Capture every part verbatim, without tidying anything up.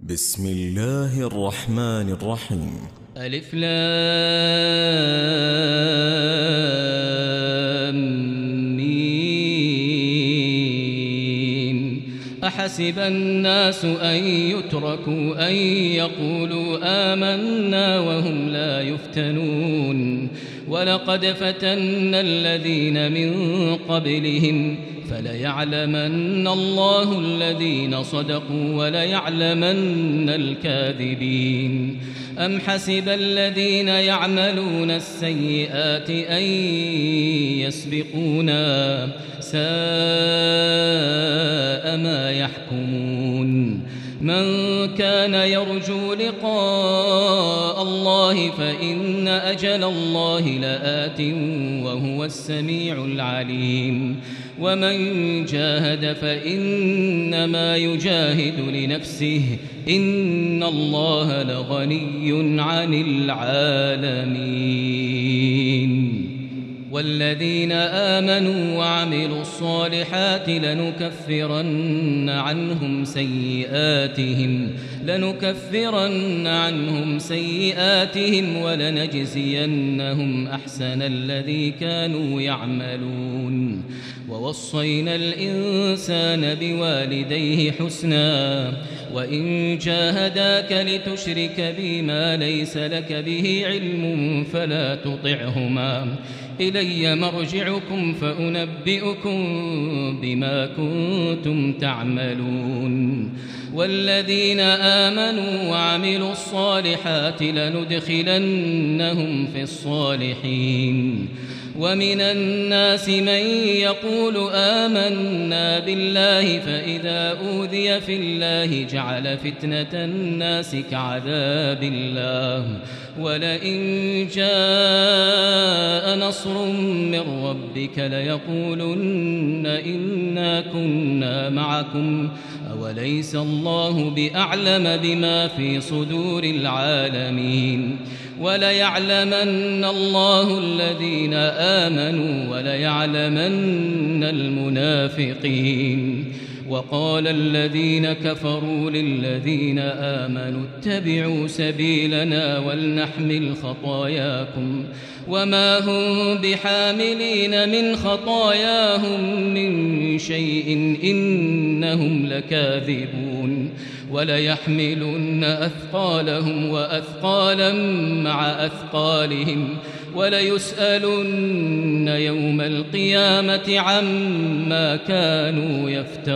بسم الله الرحمن الرحيم. ألف لام ميم. أحسب الناس أن يتركوا أن يقولوا آمنا وهم لا يفتنون ولقد فتنا الذين من قبلهم فليعلمن الله الذين صدقوا وليعلمن الكاذبين. أم حسب الذين يعملون السيئات أن يسبقونا ساء ما يحكمون. من كان يرجو لقاء الله فإن أجل الله لآت وهو السميع العليم. ومن جاهد فإنما يجاهد لنفسه إن الله لغني عن العالمين. والذين آمنوا وعملوا الصالحات لنكفرن عنهم سيئاتهم لنكفرن عنهم سيئاتهم ولنجزينهم أحسن الذي كانوا يعملون. ووصينا الإنسان بوالديه حسنا وإن جاهداك لتشرك بي ما ليس لك به علم فلا تطعهما إلي مرجعكم فأنبئكم بما كنتم تعملون. والذين آمنوا وعملوا الصالحات لندخلنهم في الصالحين. ومن الناس من يقول آمنا بالله فإذا أوذي في الله جعل فتنة الناس كعذاب الله ولئن جاء نصر من ربك ليقولن إنا كنا معكم أوليس الله بأعلم بما في صدور العالمين. وليعلمن الله الذين آمنوا وليعلمن المنافقين. وقال الذين كفروا للذين آمنوا اتبعوا سبيلنا ولنحمل خطاياكم وما هم بحاملين من خطاياهم من شيء إنهم لكاذبون. وليحملن أثقالهم وأثقالا مع أثقالهم وليسألن يوم القيامة عما كانوا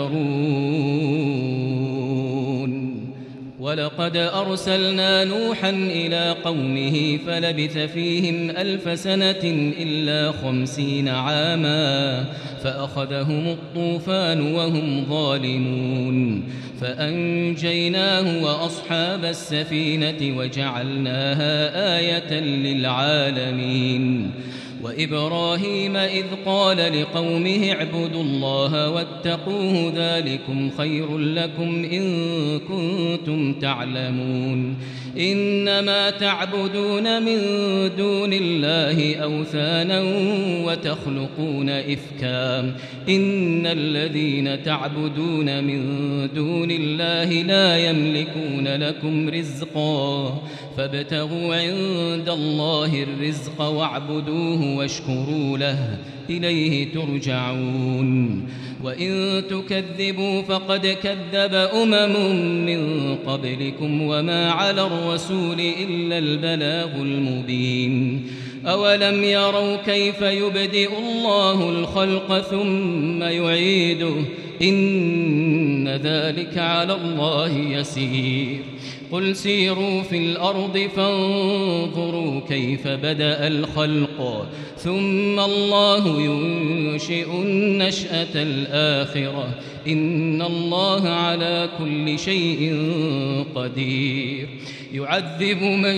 يفترون. ولقد أرسلنا نوحا إلى قومه فلبث فيهم ألف سنة إلا خمسين عاما فأخذهم الطوفان وهم ظالمون فأنجيناه وأصحاب السفينة وجعلناها آية للعالمين. وإبراهيم إذ قال لقومه اعبدوا الله واتقوه ذلكم خير لكم إن كنتم تعلمون. إنما تعبدون من دون الله أوثانا وتخلقون إفكا إن الذين تعبدون من دون الله لا يملكون لكم رزقا فابتغوا عند الله الرزق واعبدوه واشكروا له إليه ترجعون. وإن تكذبوا فقد كذب أمم من قبلكم وما على الرسول إلا البلاغ المبين. أولم يروا كيف يبدئ الله الخلق ثم يعيده إن ذلك على الله يسير. قل سيروا في الأرض فانظروا كيف بدأ الخلق ثم الله ينشئ النشأة الآخرة إن الله على كل شيء قدير. يعذب من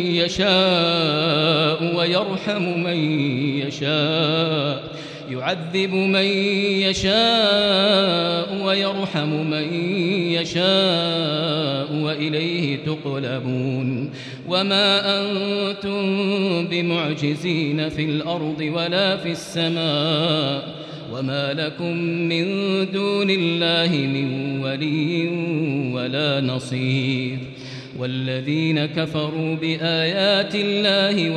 يشاء ويرحم من يشاء يعذب من يشاء ويرحم من يشاء وإليه تقلبون. وما أنتم بمعجزين في الأرض ولا في السماء وما لكم من دون الله من ولي ولا نصير والذين كفروا بآيات الله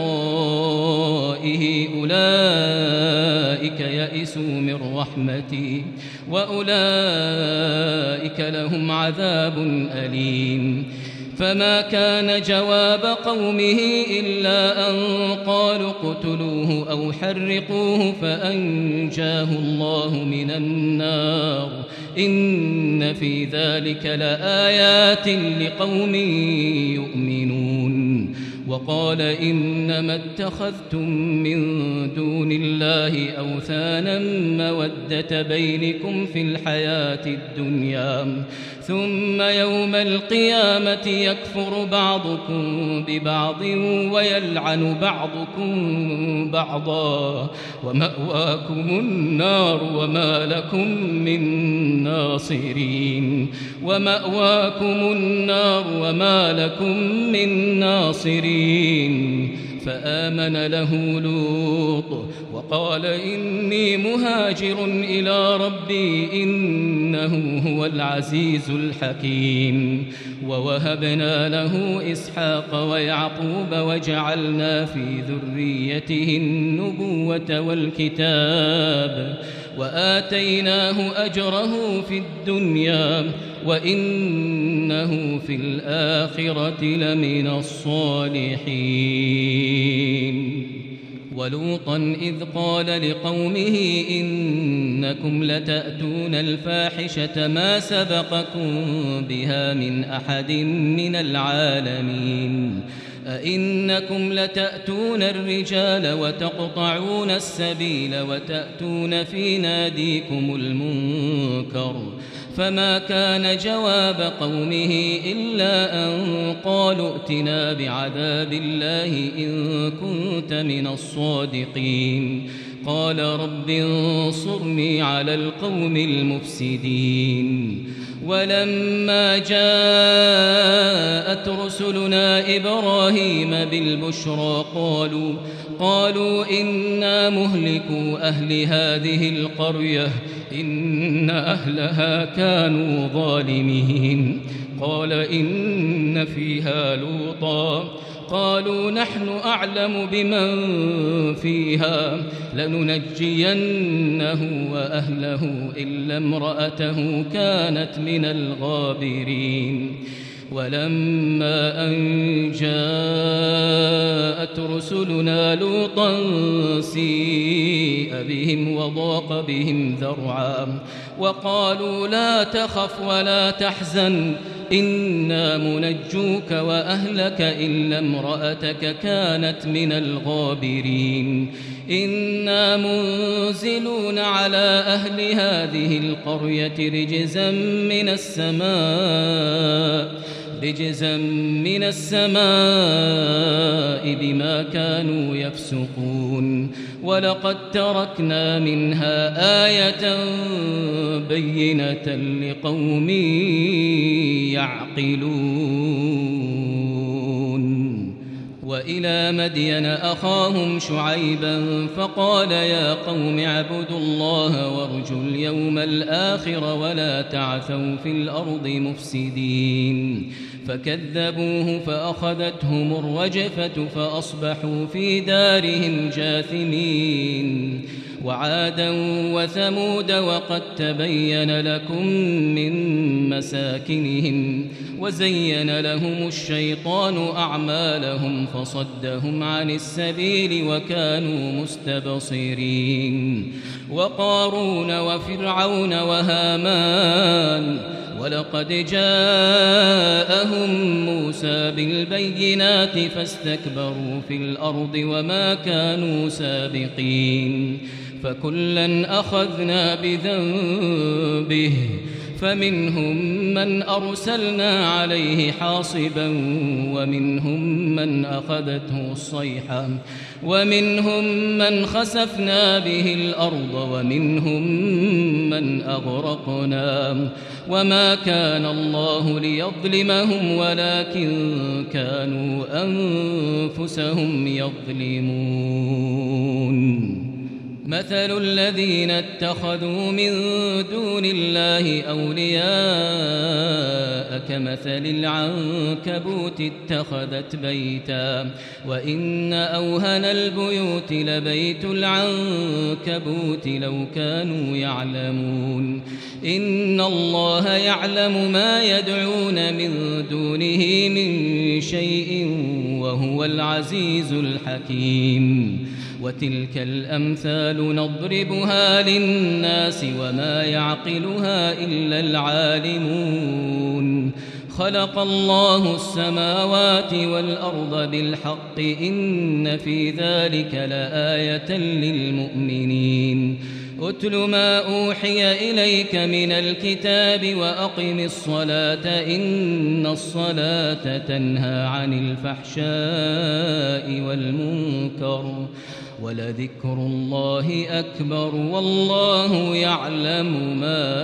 ولقائه أولئك يئسوا من رحمتي وأولئك لهم عذاب أليم فما كان جواب قومه إلا أن قالوا اقتلوه أو حرقوه فأنجاه الله من النار إن في ذلك لآيات لقوم يؤمنون وقال إنما اتخذتم من دون الله أوثانا مودة بينكم في الحياة الدنيا ثم يوم القيامة يكفر بعضكم ببعض ويلعن بعضكم بعضا ومأواكم النار وما لكم من ناصرين ومأواكم النار وما لكم من ناصرين فآمن له لوط وقال إني مهاجر إلى ربي إنه هو العزيز الحكيم ووهبنا له إسحاق ويعقوب وجعلنا في ذريته النبوة والكتاب وآتيناه أجره في الدنيا وإنه في الآخرة لمن الصالحين ولوطا إذ قال لقومه إنكم لتأتون الفاحشة ما سبقكم بها من أحد من العالمين أئنكم لتأتون الرجال وتقطعون السبيل وتأتون في ناديكم المنكر فما كان جواب قومه إلا أن قالوا ائتنا بعذاب الله إن كنت من الصادقين قال رب انصرني على القوم المفسدين ولما جاءت رسلنا إبراهيم بالبشرى قالوا قالوا إنا مهلكوا أهل هذه القرية إن أهلها كانوا ظالمين قال إن فيها لوطا قالوا نحن أعلم بمن فيها لننجينه وأهله إلا امرأته كانت من الغابرين ولما أن جاءت رسلنا لوطا سيء بهم وضاق بهم ذرعا وقالوا لا تخف ولا تحزن إنا منجوك وأهلك إلا امرأتك كانت من الغابرين إنا منزلون على أهل هذه القرية رجزا من السماء رجزا من السماء بما كانوا يفسقون ولقد تركنا منها آية بينة لقوم يعقلون وإلى مدين أخاهم شعيبا فقال يا قوم اعبدوا الله وارجوا اليوم الآخر ولا تعثوا في الأرض مفسدين فكذبوه فأخذتهم الرجفة فأصبحوا في دارهم جاثمين وعادا وثمود وقد تبين لكم من مساكنهم وزين لهم الشيطان أعمالهم فصدهم عن السبيل وكانوا مستبصرين وقارون وفرعون وهامان ولقد جاءهم موسى بالبينات فاستكبروا في الأرض وما كانوا سابقين فكلا أخذنا بذنبه فمنهم من أرسلنا عليه حاصبا ومنهم من أخذته الصيحة ومنهم من خسفنا به الأرض ومنهم من أغرقنا وما كان الله ليظلمهم ولكن كانوا أنفسهم يظلمون مثل الذين اتخذوا من دون الله أولياء كمثل العنكبوت اتخذت بيتا وإن أوهن البيوت لبيت العنكبوت لو كانوا يعلمون إن الله يعلم ما يدعون من دونه من شيء وهو العزيز الحكيم وتلك الأمثال نضربها للناس وما يعقلها إلا العالمون خلق الله السماوات والأرض بالحق إن في ذلك لآية للمؤمنين أتل ما أوحي إليك من الكتاب وأقم الصلاة إن الصلاة تنهى عن الفحشاء والمنكر ولذكر الله أكبر والله يعلم ما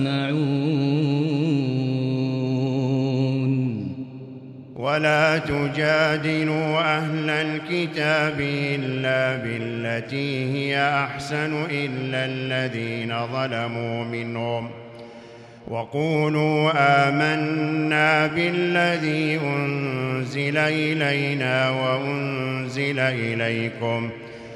تصنعون ولا تجادلوا أهل الكتاب إلا بالتي هي أحسن إلا الذين ظلموا منهم وقولوا آمنا بالذي أنزل إلينا وأنزل إليكم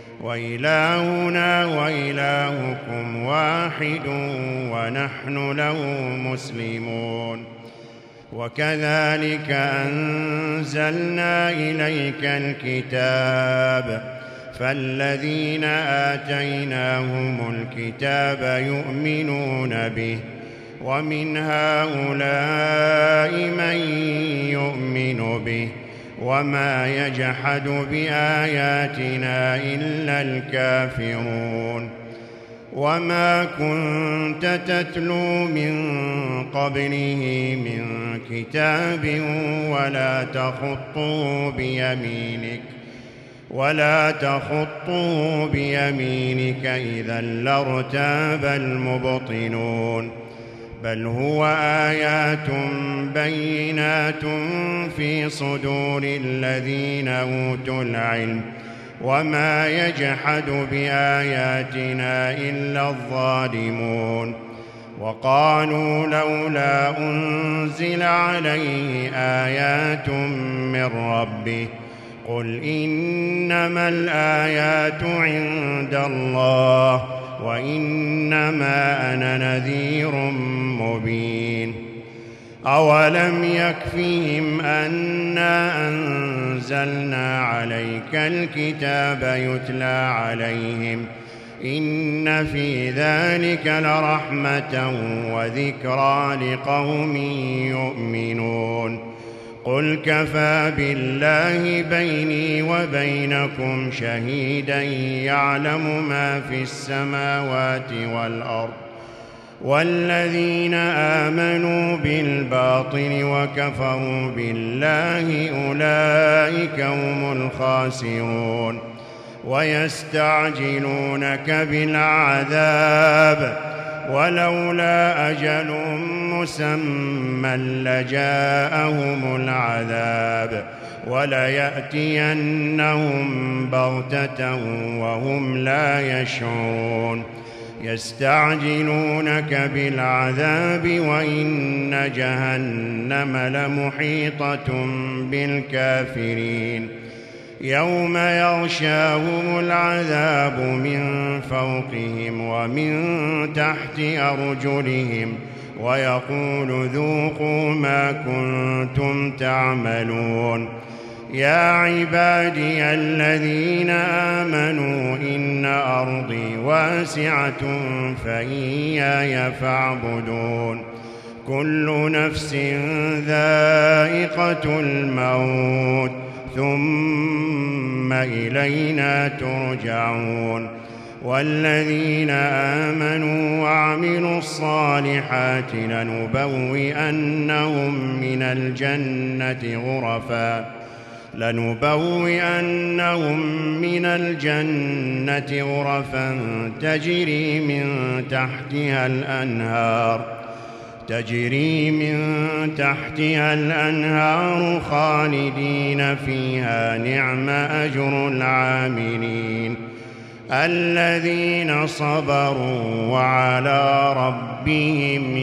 وإلهنا وإلهكم واحد ونحن له مسلمون وكذلك أنزلنا إليك الكتاب فالذين آتيناهم الكتاب يؤمنون به ومن هؤلاء من يؤمن به وما يجحد بآياتنا إلا الكافرون وما كنت تتلو من قبله من كتاب ولا تخطه بيمينك ولا تخطه بيمينك إذا لارتاب المبطلون بل هو آيات بينات في صدور الذين أوتوا العلم وما يجحد بآياتنا إلا الظالمون وقالوا لولا أنزل عليه آيات من ربه قل إنما الآيات عند الله وإنما أنا نذير مبين أولم يكفهم أنا أنزلنا عليك الكتاب يتلى عليهم إن في ذلك لرحمة وذكرى لقوم يؤمنون قل كفى بالله بيني وبينكم شهيدا يعلم ما في السماوات والأرض والذين آمنوا بالباطل وكفروا بالله أولئك هم الخاسرون ويستعجلونك بالعذاب ولولا أجل مسمى لجاءهم العذاب وليأتينهم بغتة وهم لا يشعرون يستعجلونك بالعذاب وإن جهنم لمحيطة بالكافرين يوم يغشاهم العذاب من فوقهم ومن تحت أرجلهم ويقول ذوقوا ما كنتم تعملون يا عبادي الذين آمنوا إن أرضي واسعة فإياي فاعبدون كل نفس ذائقة الموت ثم إلينا ترجعون والذين آمنوا وعملوا الصالحات لنبوئنهم من الجنة غرفا لنبوئنهم من الجنة غرفا تجري من تحتها الأنهار تجري من تحتها الأنهار خالدين فيها نعم أجر العاملين الذين صبروا وعلى ربهم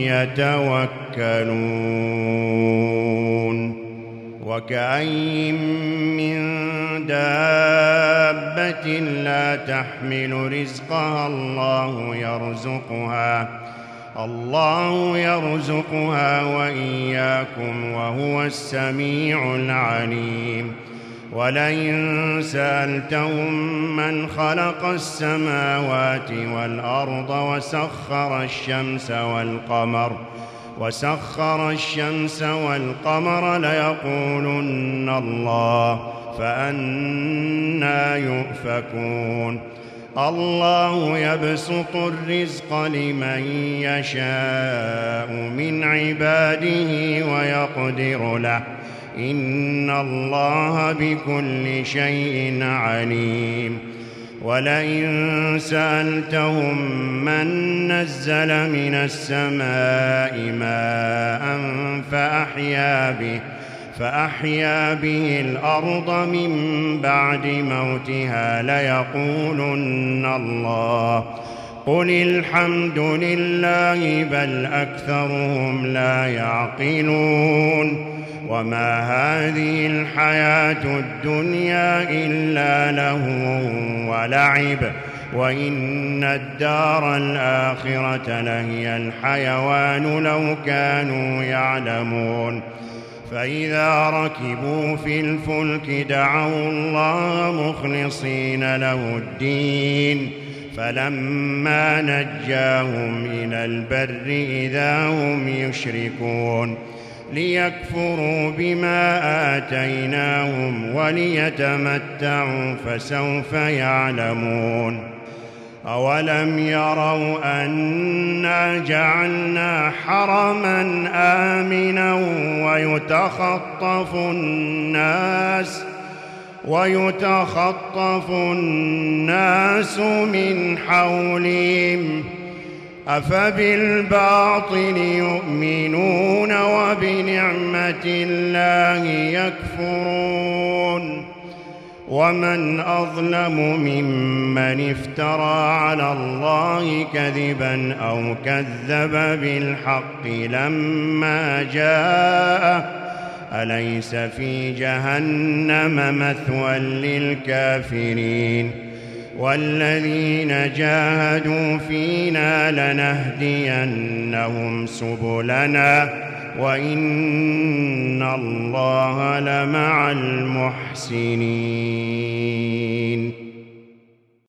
يتوكلون. وكأين من دابة لا تحمل رزقها الله يرزقها الله يرزقها وإياكم وهو السميع العليم. ولئن سألتهم من خلق السماوات والأرض وسخر الشمس والقمر وسخر الشمس والقمر ليقولن الله فأنى يؤفكون. الله يبسط الرزق لمن يشاء من عباده ويقدر له إن الله بكل شيء عليم. ولئن سألتهم من نزل من السماء ماء فأحيا به فأحيا به الأرض من بعد موتها ليقولن الله قل الحمد لله بل أكثرهم لا يعقلون. وما هذه الحياة الدنيا إلا لهو ولعب وإن الدار الآخرة لهي الحيوان لو كانوا يعلمون. فإذا ركبوا في الفلك دعوا الله مخلصين له الدين فلما نجاهم إلى البر إذا هم يشركون ليكفروا بما آتيناهم وليتمتعوا فسوف يعلمون. أولم يروا أنا جعلنا حرما آمنا ويتخطف الناس ويتخطف الناس من حولهم أفبالباطل يؤمنون وبنعمة الله يكفرون. ومن أظلم ممن افترى على الله كذبا أو كذب بالحق لما جاءه أليس في جهنم مثوى للكافرين. والذين جاهدوا فينا لنهدينهم سبلنا وإن الله لمع المحسنين.